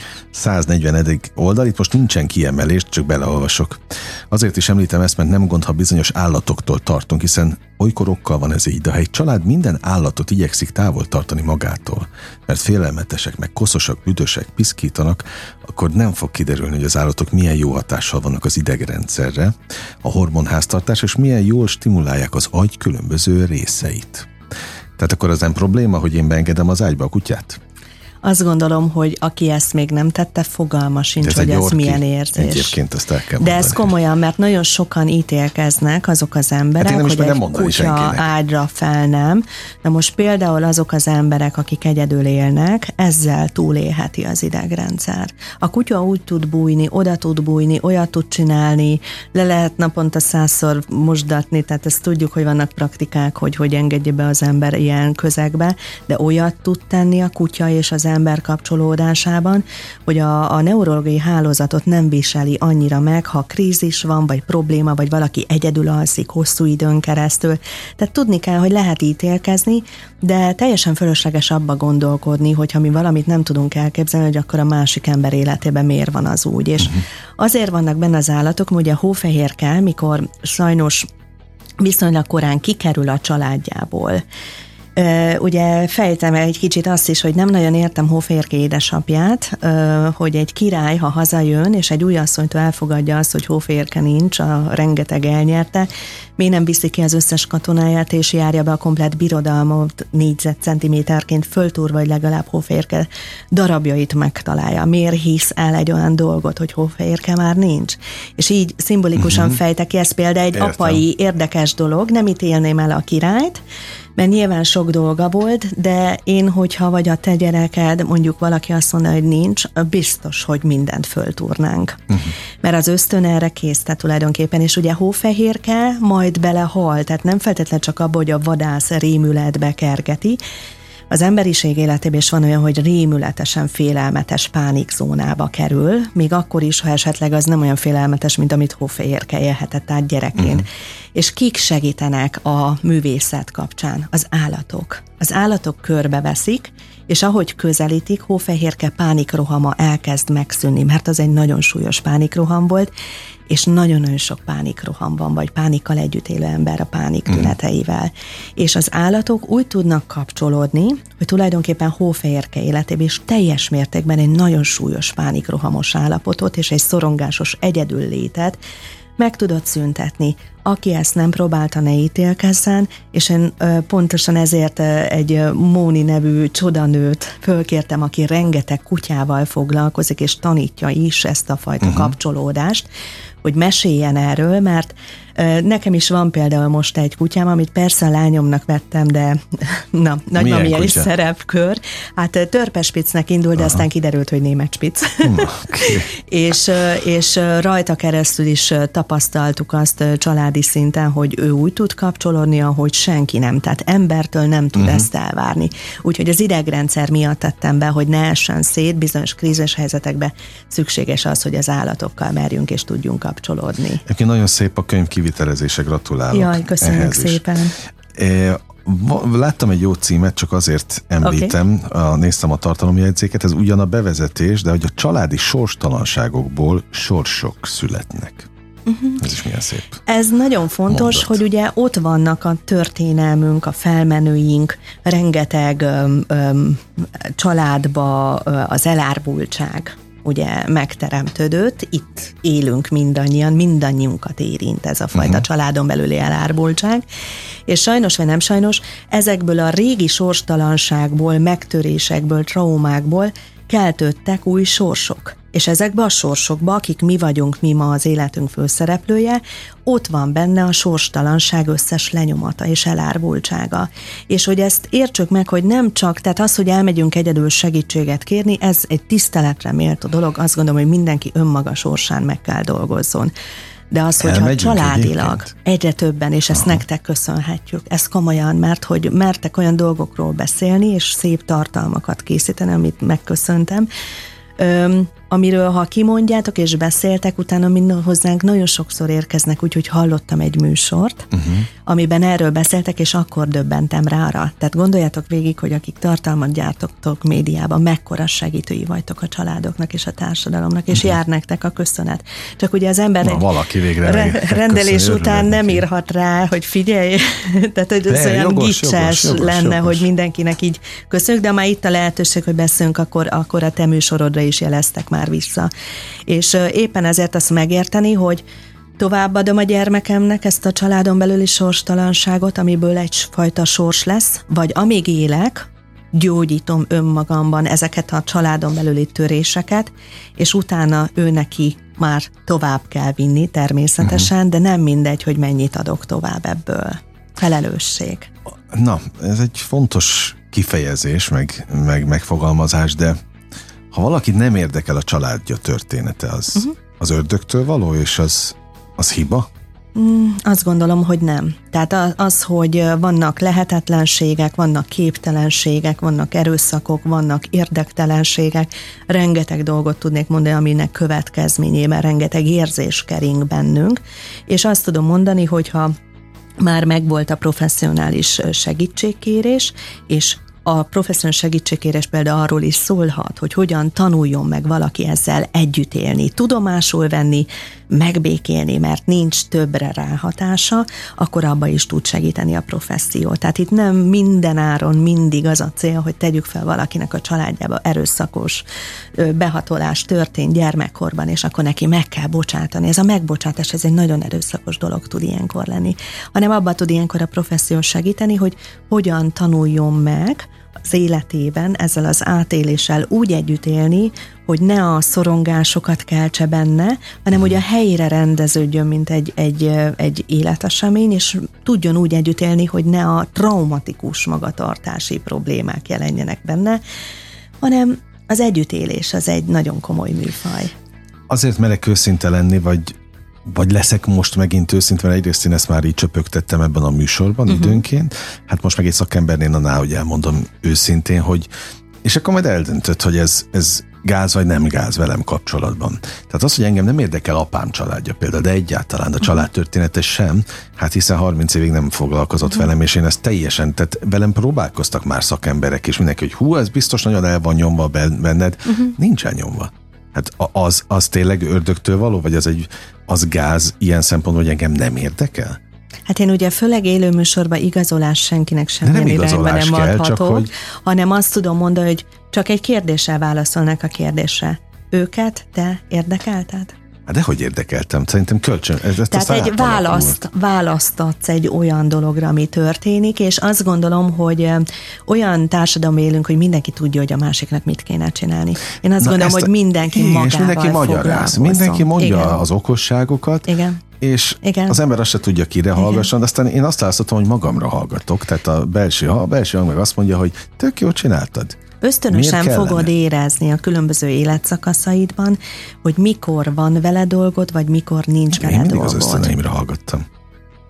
140. oldal, itt most nincsen kiemelés, csak beleolvasok. Azért is említem ezt, mert nem gond, ha bizonyos állatoktól tartunk, hiszen olykor okkal van ez így, de ha egy család minden állatot igyekszik távol tartani magától, mert félelmetesek, meg koszosak, büdösek, piszkítanak, akkor nem fog kiderülni, hogy az állatok milyen jó hatással vannak az idegrendszerre, a hormonháztartás, és milyen jól stimulálják az agy különböző részeit. Tehát akkor az nem probléma, hogy én beengedem az ágyba a kutyát? Azt gondolom, hogy aki ezt még nem tette, fogalma sincs, hogy ez milyen érzés. Egyébként ezt el kell mondani. De ez komolyan, mert nagyon sokan ítélkeznek azok az emberek, hát hogy egy kutya senkinek. Ágyra fel nem. Na most például azok az emberek, akik egyedül élnek, ezzel túlélheti az idegrendszer. A kutya úgy tud bújni, oda tud bújni, olyat tud csinálni, le lehet naponta 100-szor mosdatni, tehát ezt tudjuk, hogy vannak praktikák, hogy engedje be az ember ilyen közegbe, de olyat tud tenni a kutya és az ember kapcsolódásában, hogy a neurológiai hálózatot nem viseli annyira meg, ha krízis van, vagy probléma, vagy valaki egyedül alszik hosszú időn keresztül. Tehát tudni kell, hogy lehet ítélkezni, de teljesen fölösleges abba gondolkodni, hogyha mi valamit nem tudunk elképzelni, hogy akkor a másik ember életében miért van az úgy. És azért vannak benne az állatok, hogy a hófehérke, mikor sajnos viszonylag korán kikerül a családjából, ugye fejtem egy kicsit azt is, hogy nem nagyon értem Hófehérke édesapját, hogy egy király, ha hazajön, és egy új asszonytól elfogadja azt, hogy Hófehérke nincs, a rengeteg elnyerte, miért nem viszi ki az összes katonáját, és járja be a komplett birodalmat négyzetcentiméterként föltúrva, vagy legalább Hófehérke darabjait megtalálja. Miért hisz el egy olyan dolgot, hogy Hófehérke már nincs? És így szimbolikusan fejtek ki, ez például egy apai érdekes dolog, nem ítélném el a királyt, mert nyilván sok dolga volt, de én, hogyha vagy a te gyereked, mondjuk valaki azt mondja, hogy nincs, biztos, hogy mindent föltúrnánk. Mert az ösztön erre készte tulajdonképpen, és ugye Hófehérke majd belehal, tehát nem feltétlenül csak abba, hogy a vadász rémületbe kergeti. Az emberiség életében is van olyan, hogy rémületesen félelmetes pánikzónába kerül, még akkor is, ha esetleg az nem olyan félelmetes, mint amit Hófehérke élhetett át gyerekként. És kik segítenek a művészet kapcsán? Az állatok. Az állatok körbeveszik, és ahogy közelítik, Hófehérke pánikrohama elkezd megszűnni, mert az egy nagyon súlyos pánikroham volt, és nagyon-nagyon sok pánikroham van, vagy pánikkal együtt élő ember a pánik tüneteivel. És az állatok úgy tudnak kapcsolódni, hogy tulajdonképpen Hófehérke életében is teljes mértékben egy nagyon súlyos pánikrohamos állapotot, és egy szorongásos egyedüllétet meg tudod szüntetni. Aki ezt nem próbálta, ne ítélkezzen, és én pontosan ezért egy Móni nevű csodanőt fölkértem, aki rengeteg kutyával foglalkozik, és tanítja is ezt a fajta kapcsolódást, hogy meséljen erről, mert nekem is van például most egy kutyám, amit persze a lányomnak vettem, de nagymamilyen is szerepkör. Hát törpespicnek indult, de aztán kiderült, hogy német spic. És rajta keresztül is tapasztaltuk azt családi szinten, hogy ő úgy tud kapcsolódni, ahogy senki nem. Tehát embertől nem tud ezt elvárni. Úgyhogy az idegrendszer miatt tettem be, hogy ne essen szét, bizonyos krízis helyzetekben szükséges az, hogy az állatokkal merjünk és tudjunk kapcsolódni. Egyébként nagyon szép a könyv kivitelezése, gratulálok. Jaj, köszönjük szépen. Láttam egy jó címet, csak azért említem, néztem a tartalomjegyzéket, ez ugyan a bevezetés, de hogy a családi sorstalanságokból sorsok születnek. Ez is milyen szép. Ez nagyon fontos, mondat. Hogy ugye ott vannak a történelmünk, a felmenőink, rengeteg családba az elárvultság ugye megteremtődött, itt élünk mindannyiunkat érint ez a fajta családon belüli elárvultság, és sajnos vagy nem sajnos, ezekből a régi sorstalanságból, megtörésekből, traumákból keltődtek új sorsok. És ezekbe a sorsokba, akik mi vagyunk, mi ma az életünk főszereplője, ott van benne a sorstalanság összes lenyomata és elárvultsága. És hogy ezt értsük meg, hogy nem csak, tehát az, hogy elmegyünk egyedül segítséget kérni, ez egy tiszteletre méltó dolog, azt gondolom, hogy mindenki önmaga sorsán meg kell dolgozzon. De az, hogyha családilag egyre többen, és ezt nektek köszönhetjük, ezt komolyan, mert hogy mertek olyan dolgokról beszélni, és szép tartalmakat készíteni, amit megköszöntem, amiről ha kimondjátok és beszéltek, utána minden hozzánk nagyon sokszor érkeznek, úgyhogy hallottam egy műsort, amiben erről beszéltek, és akkor döbbentem rá arra. Tehát gondoljátok végig, hogy akik tartalmat gyártottok médiában, mekkora segítői vagytok a családoknak és a társadalomnak, és jár nektek a köszönet. Csak ugye az ember valaki végre rendelés után nem írhat rá, hogy figyelj, tehát hogy ez olyan gicses lenne, hogy mindenkinek így köszönjük, de már itt a lehetőség, hogy beszélünk, akkor a te műsorodra is jeleztek már vissza. És éppen ezért azt megérteni, hogy továbbadom a gyermekemnek ezt a családon belüli sorstalanságot, amiből egyfajta sors lesz, vagy amíg élek, gyógyítom önmagamban ezeket a családon belüli töréseket, és utána ő neki már tovább kell vinni természetesen, de nem mindegy, hogy mennyit adok tovább ebből. Felelősség. Na, ez egy fontos kifejezés, meg megfogalmazás, de ha valakit nem érdekel a családja története, az ördögtől való, és az hiba? Azt gondolom, hogy nem. Tehát az, hogy vannak lehetetlenségek, vannak képtelenségek, vannak erőszakok, vannak érdektelenségek, rengeteg dolgot tudnék mondani, aminek következményében rengeteg érzés kering bennünk, és azt tudom mondani, hogyha már megvolt a professzionális segítségkérés, és a professzionális segítségkérés például arról is szólhat, hogy hogyan tanuljon meg valaki ezzel együtt élni, tudomásul venni, megbékélni, mert nincs többre ráhatása, akkor abba is tud segíteni a professzió. Tehát itt nem minden áron mindig az a cél, hogy tegyük fel valakinek a családjába erőszakos behatolás történt gyermekkorban, és akkor neki meg kell bocsátani. Ez a megbocsátás, ez egy nagyon erőszakos dolog tud ilyenkor lenni. Hanem abba tud ilyenkor a professzió segíteni, hogy hogyan tanuljon meg az életében ezzel az átéléssel úgy együtt élni, hogy ne a szorongásokat keltse benne, hanem hogy a helyére rendeződjön, mint egy életesemény, és tudjon úgy együtt élni, hogy ne a traumatikus magatartási problémák jelenjenek benne, hanem az együttélés az egy nagyon komoly műfaj. Azért merek őszinte lenni, vagy leszek most megint őszinte, mert egyrészt én ezt már így csöpögtettem ebben a műsorban időnként, hát most meg egy szakembernél annál, hogy elmondom őszintén, hogy és akkor majd eldöntött, hogy ez gáz vagy nem gáz velem kapcsolatban. Tehát az, hogy engem nem érdekel apám családja például, de egyáltalán a családtörténete sem, hát hiszen 30 évig nem foglalkozott velem, és én ezt teljesen, tehát velem próbálkoztak már szakemberek, és mindenki, hogy ez biztos nagyon el van nyomva benned, nincsen nyomva. Hát az tényleg ördögtől való, vagy az gáz ilyen szempontból, hogy engem nem érdekel? Hát én ugye főleg élő műsorban igazolás senkinek semmilyen irányba nem adhatok, hanem azt tudom mondani, hogy csak egy kérdéssel válaszolnak a kérdésre. Őket te érdekelted? Hát dehogy érdekeltem, szerintem kölcsön. Tehát egy választatsz egy olyan dologra, ami történik, és azt gondolom, hogy olyan társadalom élünk, hogy mindenki tudja, hogy a másiknak mit kéne csinálni. Én azt gondolom, hogy mindenki magával foglalkozzon. Mindenki mondja az okosságokat, és az ember azt se tudja, kire hallgasson, de aztán én azt látszottam, hogy magamra hallgatok, tehát a belső hang meg azt mondja, hogy tök jól csináltad. Ösztönösen fogod érezni a különböző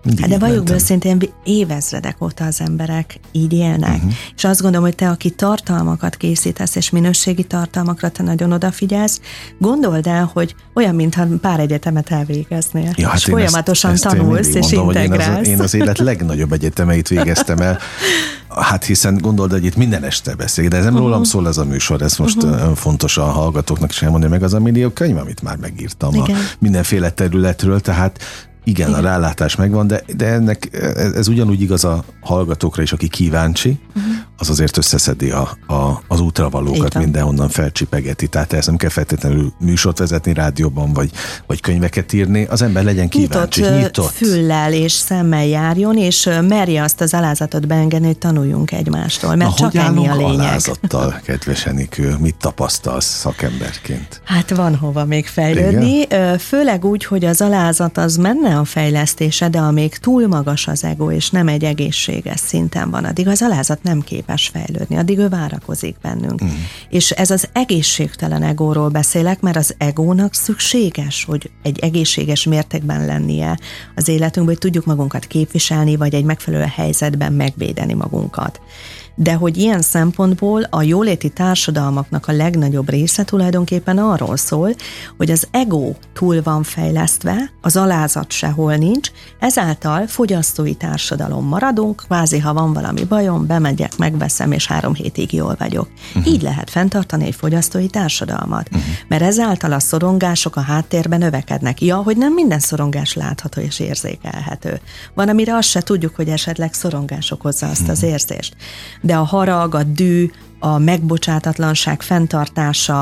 De valljuk őszintén, évezredek óta az emberek így élnek. És azt gondolom, hogy te, aki tartalmakat készítesz, és minőségi tartalmakra te nagyon odafigyelsz, gondold el, hogy olyan, mintha pár egyetemet elvégeznél. Ja, hát és folyamatosan tanulsz és integrálsz. Én az élet legnagyobb egyetemeit végeztem el. Hát hiszen gondold, hogy itt minden este beszél, de ez nem rólam szól ez a műsor, ez most fontos a hallgatóknak is elmondani, meg az a millió könyv, amit már megírtam mindenféle területről, tehát igen, a rálátás megvan, de ennek ez ugyanúgy igaz a hallgatókra is, aki kíváncsi, az azért összeszedi az útravalókat, mindenhonnan felcsipegeti. Tehát ez nem kell feltétlenül műsort vezetni rádióban, vagy könyveket írni, az ember legyen kíváncsi, nyitott. Füllel és szemmel járjon, és merje azt az alázatot beengedni, hogy tanuljunk egymástól, mert csak ennyi a lényeg. Alázattal, kedves Enikő, mit tapasztalsz szakemberként? Hát van hova még fejlődni, főleg úgy, hogy az alázat az menne a fejlesztése, de amíg túl magas az ego, és nem egy egészséges szinten van, addig az alázat nem képes fejlődni, addig ő várakozik bennünk. És ez az egészségtelen egóról beszélek, mert az egónak szükséges, hogy egy egészséges mértékben lennie az életünkben, hogy tudjuk magunkat képviselni, vagy egy megfelelő helyzetben megvédeni magunkat. De hogy ilyen szempontból a jóléti társadalmaknak a legnagyobb része tulajdonképpen arról szól, hogy az ego túl van fejlesztve, az alázat sehol nincs, ezáltal fogyasztói társadalom maradunk, kvázi ha van valami bajom, bemegyek, megveszem, és 3 hétig jól vagyok. Így lehet fenntartani egy fogyasztói társadalmat. Mert ezáltal a szorongások a háttérben növekednek. Ja, hogy nem minden szorongás látható és érzékelhető. Van, amire azt se tudjuk, hogy esetleg szorongás okozza azt az érzést. De a harag, a dű, a megbocsátatlanság fenntartása,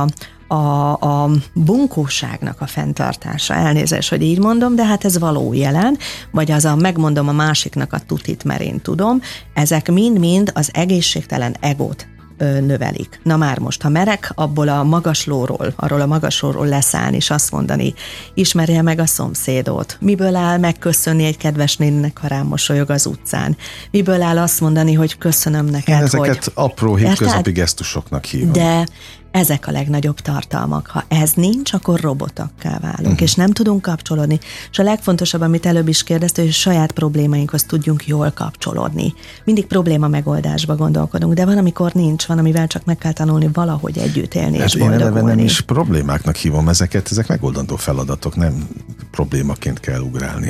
a bunkóságnak a fenntartása, elnézést, hogy így mondom, de hát ez való jelen, vagy az a megmondom a másiknak a tutit, mert én tudom, ezek mind-mind az egészségtelen egót növelik. Na már most, ha merek abból a arról a magaslóról leszállni, és azt mondani, ismerje meg a szomszédot. Miből áll megköszönni egy kedves néninek, ha rám mosolyog az utcán? Miből áll azt mondani, hogy köszönöm neked, ezeket apró hétköznapi gesztusoknak hívom. De ezek a legnagyobb tartalmak. Ha ez nincs, akkor robotakká válunk, és nem tudunk kapcsolódni. És a legfontosabb, amit előbb is kérdezte, hogy a saját problémáinkhoz tudjunk jól kapcsolódni. Mindig probléma megoldásba gondolkodunk, de van, amikor nincs, van, amivel csak meg kell tanulni valahogy együtt élni és boldogulni. Én nem is problémáknak hívom ezek megoldandó feladatok, nem problémaként kell ugrálni,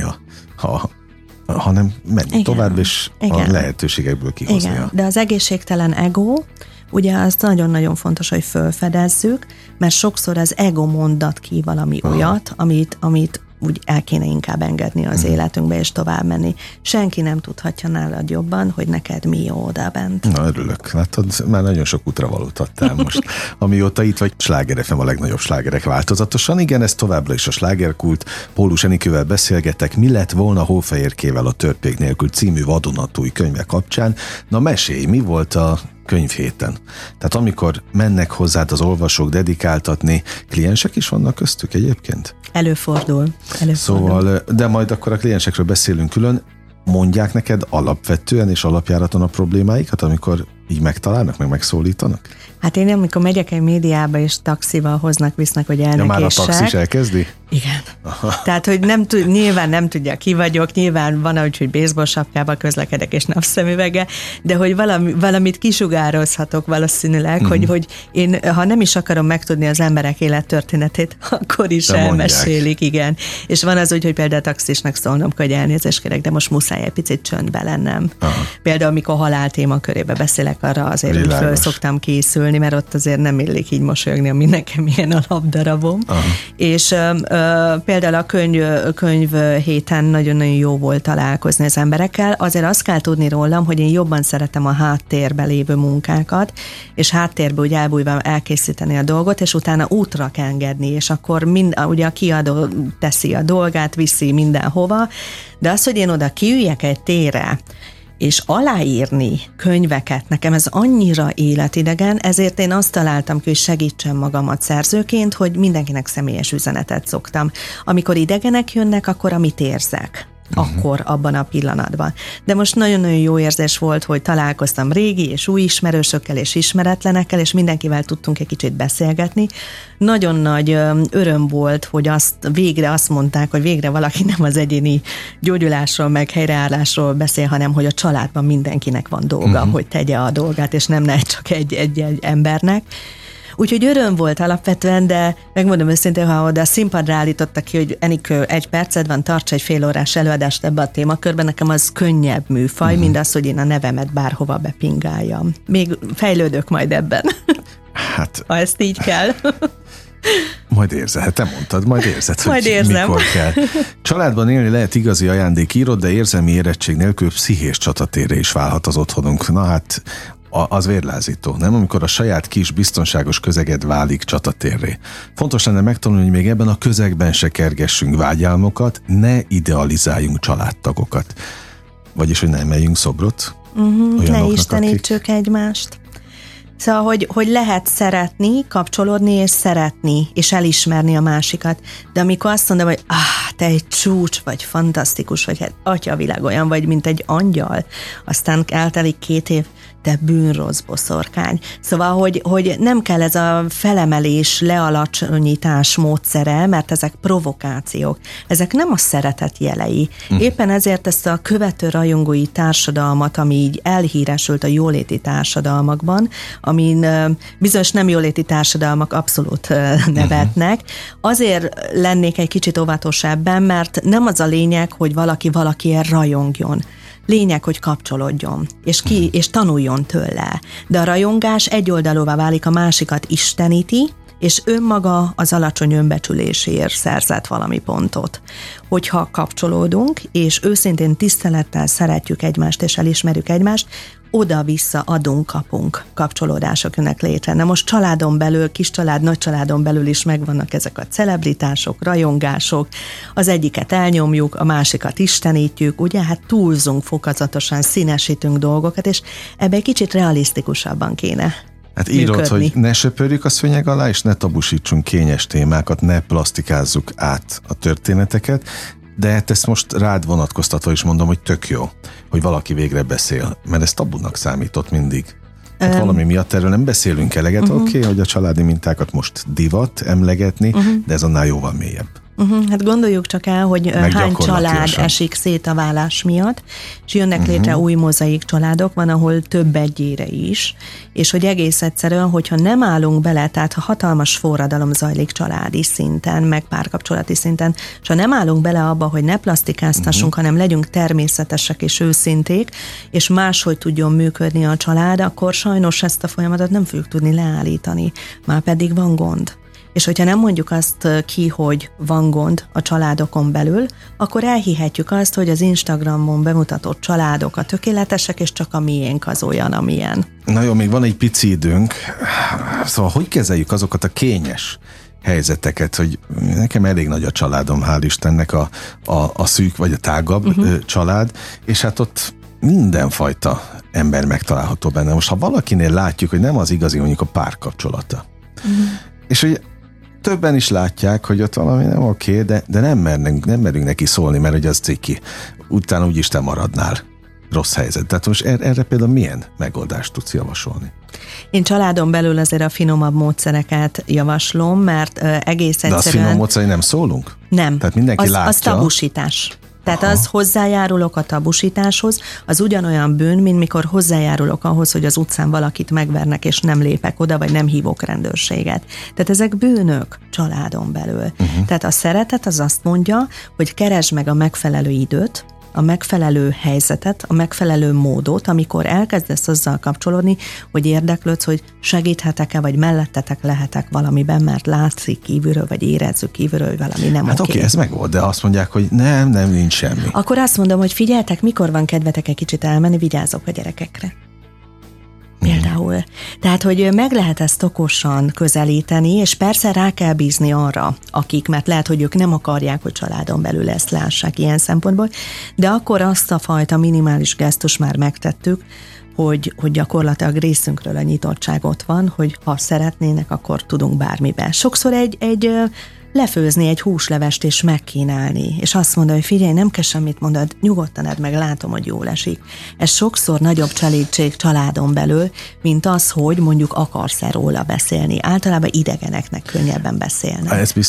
hanem menni tovább, és a lehetőségekből kihozni. Igen, de az egészségtelen ego, ugye az nagyon-nagyon fontos, hogy felfedezzük, mert sokszor az ego mondat ki valami olyat, amit úgy el kéne inkább engedni az életünkbe, és tovább menni. Senki nem tudhatja nálad jobban, hogy neked mi jó odabent. Na, örülök. Látod, már nagyon sok útravalót adtál most. Amióta itt vagy, Sláger FM, a legnagyobb slágerek változatosan. Igen, ez továbbra is a Slágerkult. Pólus Enikővel beszélgetek, mi lett volna Hófehérkével a Törpék nélkül című vadonatúj könyve kapcsán. Na mesélj, mi volt a könyvhéten? Tehát amikor mennek hozzád az olvasók dedikáltatni, kliensek is vannak köztük egyébként? Előfordul. Szóval, de majd akkor a kliensekről beszélünk külön. Mondják neked alapvetően és alapjáraton a problémáikat, amikor így megtalálnak, meg megszólítanak? Hát én amikor megyek egy médiába, és taxival visznek, hogy elnekéssek. Ja, már a taxis elkezdi? Igen. Aha. Tehát, hogy nyilván nem tudja, ki vagyok, nyilván van, hogy baseball sapkával közlekedek és napszemüveggel, de hogy valamit kisugározhatok valószínűleg, hogy én, ha nem is akarom megtudni az emberek élettörténetét, akkor is de elmesélik, igen. És van az úgy, hogy például a taxisnak szólnom, hogy elnézést kérek, de most muszáj egy picit csöndbe lennem. Aha. Például, amikor halál téma körébe beszélek, arra azért úgy föl szoktam készülni, mert ott azért nem illik így mosolyogni, ami nekem ilyen a labdarabom. Aha. És például a könyv héten nagyon-nagyon jó volt találkozni az emberekkel. Azért azt kell tudni rólam, hogy én jobban szeretem a háttérbe lévő munkákat, és háttérbe úgy elbújva elkészíteni a dolgot, és utána útra kell engedni, és akkor ugye a kiadó teszi a dolgát, viszi mindenhova, de az, hogy én oda kiüljek egy térre, és aláírni könyveket, nekem ez annyira életidegen, ezért én azt találtam ki, hogy segítsem magamat szerzőként, hogy mindenkinek személyes üzenetet szoktam. Amikor idegenek jönnek, akkor amit érzek. akkor, abban a pillanatban. De most nagyon-nagyon jó érzés volt, hogy találkoztam régi és új ismerősökkel és ismeretlenekkel, és mindenkivel tudtunk egy kicsit beszélgetni. Nagyon nagy öröm volt, hogy végre azt mondták, hogy végre valaki nem az egyéni gyógyulásról, meg helyreállásról beszél, hanem hogy a családban mindenkinek van dolga, hogy tegye a dolgát, és nem csak egy embernek. Úgyhogy öröm volt alapvetően, de megmondom őszintén, ha oda a színpadra állítottak ki, hogy Enikő, 1 perced van, tarts egy fél órás előadást ebbe a témakörben, nekem az könnyebb műfaj, mint az, hogy én a nevemet bárhova bepingáljam. Még fejlődök majd ebben, ha ezt így kell. Majd érzed, te mondtad, majd érzed, majd hogy érzem. Mikor kell. Családban élni lehet igazi ajándék, írod, de érzelmi érettség nélkül pszichés csatatérre is válhat az otthonunk. Na hát, az vérlázító, nem? Amikor a saját kis biztonságos közeged válik csatatérré. Fontos lenne megtanulni, hogy még ebben a közegben se kergessünk vágyálmokat, ne idealizáljunk családtagokat. Vagyis, hogy ne emeljünk szobrot. Ne istenítsük egymást. Szóval, hogy lehet szeretni, kapcsolódni és szeretni, és elismerni a másikat. De amikor azt mondom, hogy te egy csúcs vagy, fantasztikus vagy, hát atyavilág, olyan vagy, mint egy angyal, aztán eltelik 2 év, te bűnrossz boszorkány. Szóval, hogy nem kell ez a felemelés, lealacsonyítás módszere, mert ezek provokációk. Ezek nem a szeretet jelei. Éppen ezért ezt a követő rajongói társadalmat, ami így elhíresült a jóléti társadalmakban, amin bizonyos nem jóléti társadalmak abszolút nevetnek, azért lennék egy kicsit óvatos ebben, mert nem az a lényeg, hogy valaki valakiért rajongjon. Lényeg, hogy kapcsolódjon, és tanuljon tőle. De a rajongás egyoldalúvá válik, a másikat isteníti, és önmaga az alacsony önbecsülésért szerzett valami pontot. Hogyha kapcsolódunk, és őszintén tisztelettel szeretjük egymást, és elismerjük egymást, oda-vissza adunk-kapunk kapcsolódások jönnek létre. Na most családon belül, kis család, nagy családon belül is megvannak ezek a celebritások, rajongások, az egyiket elnyomjuk, a másikat istenítjük, ugye, hát túlzunk fokozatosan, színesítünk dolgokat, és ebbe egy kicsit realisztikusabban kéne Hát írod, működni. hogy ne söpörjük a szőnyeg alá, és ne tabusítsunk kényes témákat, ne plastikázzuk át a történeteket, de hát ezt most rád vonatkoztatva is mondom, hogy tök jó, hogy valaki végre beszél, mert ez tabunak számított mindig. Hát valami miatt erről nem beszélünk eleget, oké, hogy a családi mintákat most divat emlegetni, de ez annál jóval mélyebb. Hát gondoljuk csak el, hogy hány család esik szét a vállás miatt, és jönnek létre új mozaik családok, van, ahol több egyére is, és hogy egész egyszerűen, hogyha nem állunk bele, tehát ha hatalmas forradalom zajlik családi szinten, meg párkapcsolati szinten, és ha nem állunk bele abba, hogy ne plastikáztassunk, hanem legyünk természetesek és őszinték, és máshogy tudjon működni a család, akkor sajnos ezt a folyamatot nem fogjuk tudni leállítani, már pedig van gond. És hogyha nem mondjuk azt ki, hogy van gond a családokon belül, akkor elhihetjük azt, hogy az Instagramon bemutatott családok a tökéletesek, és csak a miénk az olyan, amilyen. Na jó, még van egy pici időnk. Szóval hogy kezeljük azokat a kényes helyzeteket, hogy nekem elég nagy a családom, hál' Istennek a szűk vagy a tágabb család, és hát ott mindenfajta ember megtalálható benne. Most ha valakinél látjuk, hogy nem az igazi mondjuk a párkapcsolata, és hogy többen is látják, hogy ott valami nem oké, de nem merünk neki szólni, mert hogy az ciki. Utána úgyis te maradnál rossz helyzet. Tehát most erre például milyen megoldást tudsz javasolni? Én családon belül azért a finomabb módszereket javaslom, mert egész egyszerűen... De az finom módszerei nem szólunk? Nem. Tehát mindenki látja. Az tabusítás. Tehát az hozzájárulok a tabusításhoz, az ugyanolyan bűn, mint mikor hozzájárulok ahhoz, hogy az utcán valakit megvernek, és nem lépek oda, vagy nem hívok rendőrséget. Tehát ezek bűnök családon belül. Tehát a szeretet az azt mondja, hogy keresd meg a megfelelő időt, a megfelelő helyzetet, a megfelelő módot, amikor elkezdesz azzal kapcsolódni, hogy érdeklődsz, hogy segíthetek-e, vagy mellettetek lehetek valamiben, mert látszik kívülről, vagy érezzük kívülről, hogy valami nem hát oké, ez megvolt, de azt mondják, hogy nem, nincs semmi. Akkor azt mondom, hogy figyeltek, mikor van kedvetek egy kicsit elmenni, vigyázok a gyerekekre. Például. Tehát, hogy meg lehet ezt okosan közelíteni, és persze rá kell bízni arra, akik, mert lehet, hogy ők nem akarják, hogy családon belül ezt lássák ilyen szempontból, de akkor azt a fajta minimális gesztus már megtettük, hogy gyakorlatilag részünkről a nyitottság ott van, hogy ha szeretnének, akkor tudunk bármiben. Sokszor egy lefőzni egy húslevest és megkínálni, és azt mondani, hogy figyelj, nem kell semmit mondod, nyugodtan edd meg, látom, hogy jól esik. Ez sokszor nagyobb családség családon belül, mint az, hogy mondjuk akarsz-e róla beszélni. Általában idegeneknek könnyebben beszélnek.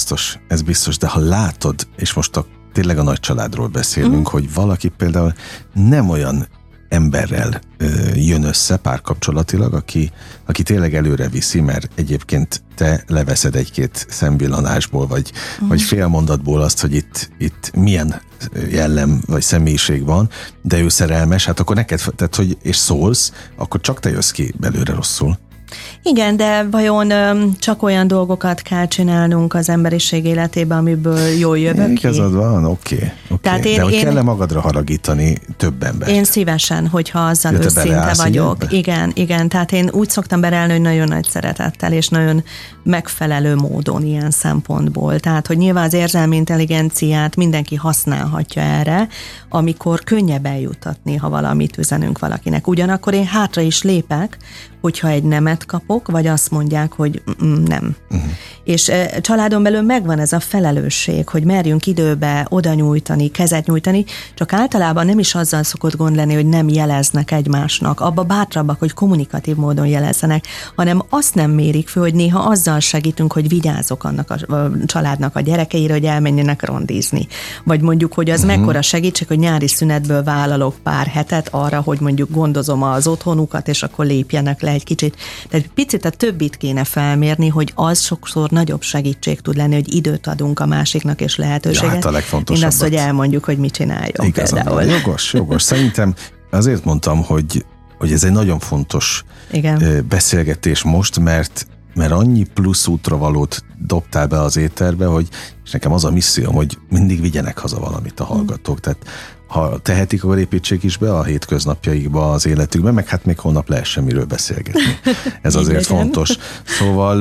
Ez biztos, de ha látod, és most tényleg a nagy családról beszélünk, hogy valaki például nem olyan emberrel jön össze párkapcsolatilag, aki tényleg előre viszi, mert egyébként te leveszed egy-két szemvillanásból, vagy fél mondatból azt, hogy itt milyen jellem vagy személyiség van, de ő szerelmes, hát akkor neked, tehát, hogy és szólsz, akkor csak te jössz ki belőle rosszul. Igen, de vajon csak olyan dolgokat kell csinálnunk az emberiség életében, amiből jól jövök ki? Igazad van, oké. De hogy kell-e magadra haragítani több embert? Én szívesen, hogyha azzal őszinte vagyok. Igen, tehát én úgy szoktam berelni, hogy nagyon nagy szeretettel, és nagyon megfelelő módon ilyen szempontból. Tehát, hogy nyilván az érzelmi intelligenciát mindenki használhatja erre, amikor könnyebb eljutatni, ha valamit üzenünk valakinek. Ugyanakkor én hátra is lépek, hogyha egy nemet kapok, vagy azt mondják, hogy nem. És családon belül megvan ez a felelősség, hogy merjünk időbe oda nyújtani, kezet nyújtani, csak általában nem is azzal szokott gond lenni, hogy nem jeleznek egymásnak. Abba bátrabbak, hogy kommunikatív módon jelezzenek, hanem azt nem mérik föl, hogy néha azzal segítünk, hogy vigyázok annak a családnak a gyerekeire, hogy elmenjenek rondizni. Vagy mondjuk, hogy az mekkora segítség, hogy nyári szünetből vállalok pár hetet arra, hogy mondjuk gondozom az otthonukat, és akkor lépjenek le egy kicsit. Tehát picit a többit kéne felmérni, hogy az sokszor nagyobb segítség tud lenni, hogy időt adunk a másiknak és lehetőséget. Ja, hát a legfontosabbat. Én azt, hogy elmondjuk, hogy mit csináljon. Igazán, jogos. Szerintem azért mondtam, hogy ez egy nagyon fontos beszélgetés most, mert annyi plusz útravalót dobtál be az éterbe, hogy és nekem az a misszióm, hogy mindig vigyenek haza valamit a hallgatók. Tehát ha tehetik, akkor építsék is be a hétköznapjaikba, az életükbe, meg hát még holnap lehessen miről beszélgetni. Ez azért fontos. Szóval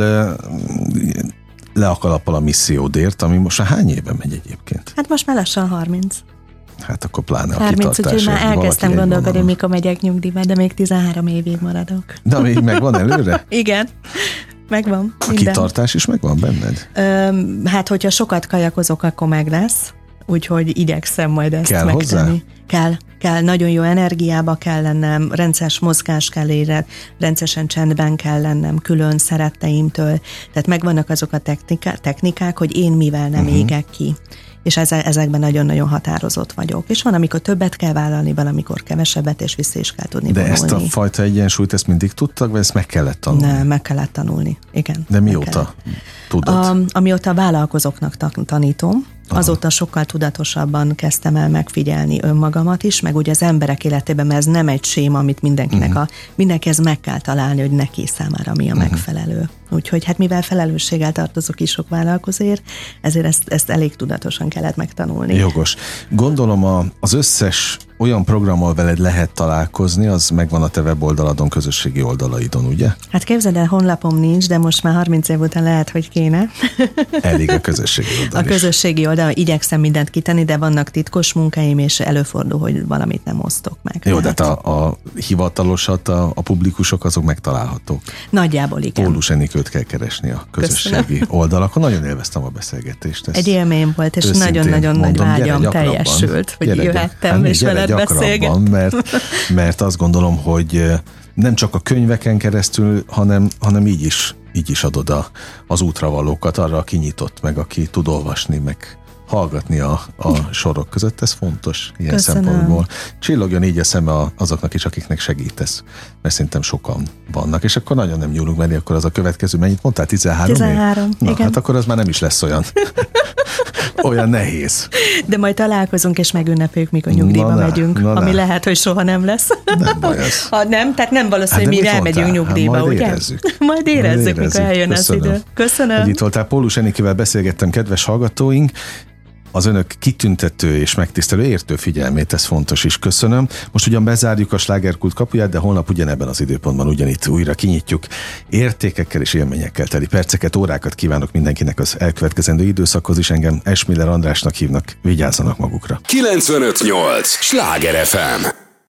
le a kalappal a missziódért, ami most már hány éve megy egyébként? Hát most már lassan 30. Hát akkor pláne a kitartás. Úgyhogy már elkezdtem gondolkodni, mikor megyek nyugdíjba, de még 13 évig maradok. De még megvan előre? Igen. Megvan. A kitartás is megvan benned? Hát, hogyha sokat kajakozok, akkor meg lesz. Úgyhogy igyekszem majd ezt megtenni. Kell. Nagyon jó energiába kell lennem, rendszeres mozgás kell érni, rendszeresen csendben kell lennem, külön szeretteimtől. Tehát megvannak azok a technikák, hogy én mivel nem égek ki. És ezekben nagyon-nagyon határozott vagyok. És van, amikor többet kell vállalni, van, amikor kevesebbet, és vissza is kell tudni vonulni. De ezt a fajta egyensúlyt, ezt mindig tudtak, vagy ezt meg kellett tanulni? Nem, meg kellett tanulni, igen. De mióta tudod? Amióta a vállalkozóknak tanítom, azóta sokkal tudatosabban kezdtem el megfigyelni önmagamat is, meg ugye az emberek életében, mert ez nem egy séma, amit mindenki ezt meg kell találni, hogy neki számára mi a megfelelő. Úgyhogy hát mivel felelősséggel tartozok is sok vállalkozóért, ezért ezt elég tudatosan kellett megtanulni. Jogos. Gondolom az összes olyan programmal veled lehet találkozni, az megvan a te weboldaladon, közösségi oldalaidon, ugye? Hát képzeld el, honlapom nincs, de most már 30 év után lehet, hogy kéne. Elég a közösségi oldal is. A közösségi oldal, igyekszem mindent kitenni, de vannak titkos munkáim, és előfordul, hogy valamit nem osztok meg. Jó, de a hivatalosat, a publikusok azok megtalálhatók. Nagyjából igen. Pólus Enikőt kell keresni a közösségi oldalakon. Nagyon élveztem a beszélgetést. Egy élmény volt, és nagyon-nagyon nagy vágyam teljesült, hogy jöhettem, és veled beszélgetni. Mert azt gondolom, hogy nem csak a könyveken keresztül, hanem így is adod az útravalókat arra, aki nyitott, meg aki tud olvasni, meg hallgatni a sorok között. Ez fontos ilyen szempontból. Csillogjon így a szeme azoknak is, akiknek segítesz, mert szerintem sokan vannak. És akkor nagyon nem nyúlunk, mert akkor az a következő, mennyit mondtál? 13 év? Na, igen. Hát akkor az már nem is lesz olyan nehéz. De majd találkozunk és megünnepeljük, mikor nyugdíjba megyünk, ami lehet, hogy soha nem lesz. Nem baj ez. Ha nem, tehát nem valószínű, hogy mi elmegyünk nyugdíjba, majd ugye? Majd érezzük, mikor eljön az idő. Köszönöm. Hogy itt voltál. Pólus Enikével beszélgettem, kedves hallgatóink. Az önök kitüntető és megtisztelő értő figyelmét, ez fontos is, köszönöm. Most ugyan bezárjuk a Slágerkult kapuját, de holnap ugyanebben az időpontban ugyanitt újra kinyitjuk. Értékekkel és élményekkel teli perceket, órákat kívánok mindenkinek az elkövetkezendő időszakhoz is. Engem Esmiller Andrásnak hívnak, vigyázzanak magukra. 95.8 Sláger FM.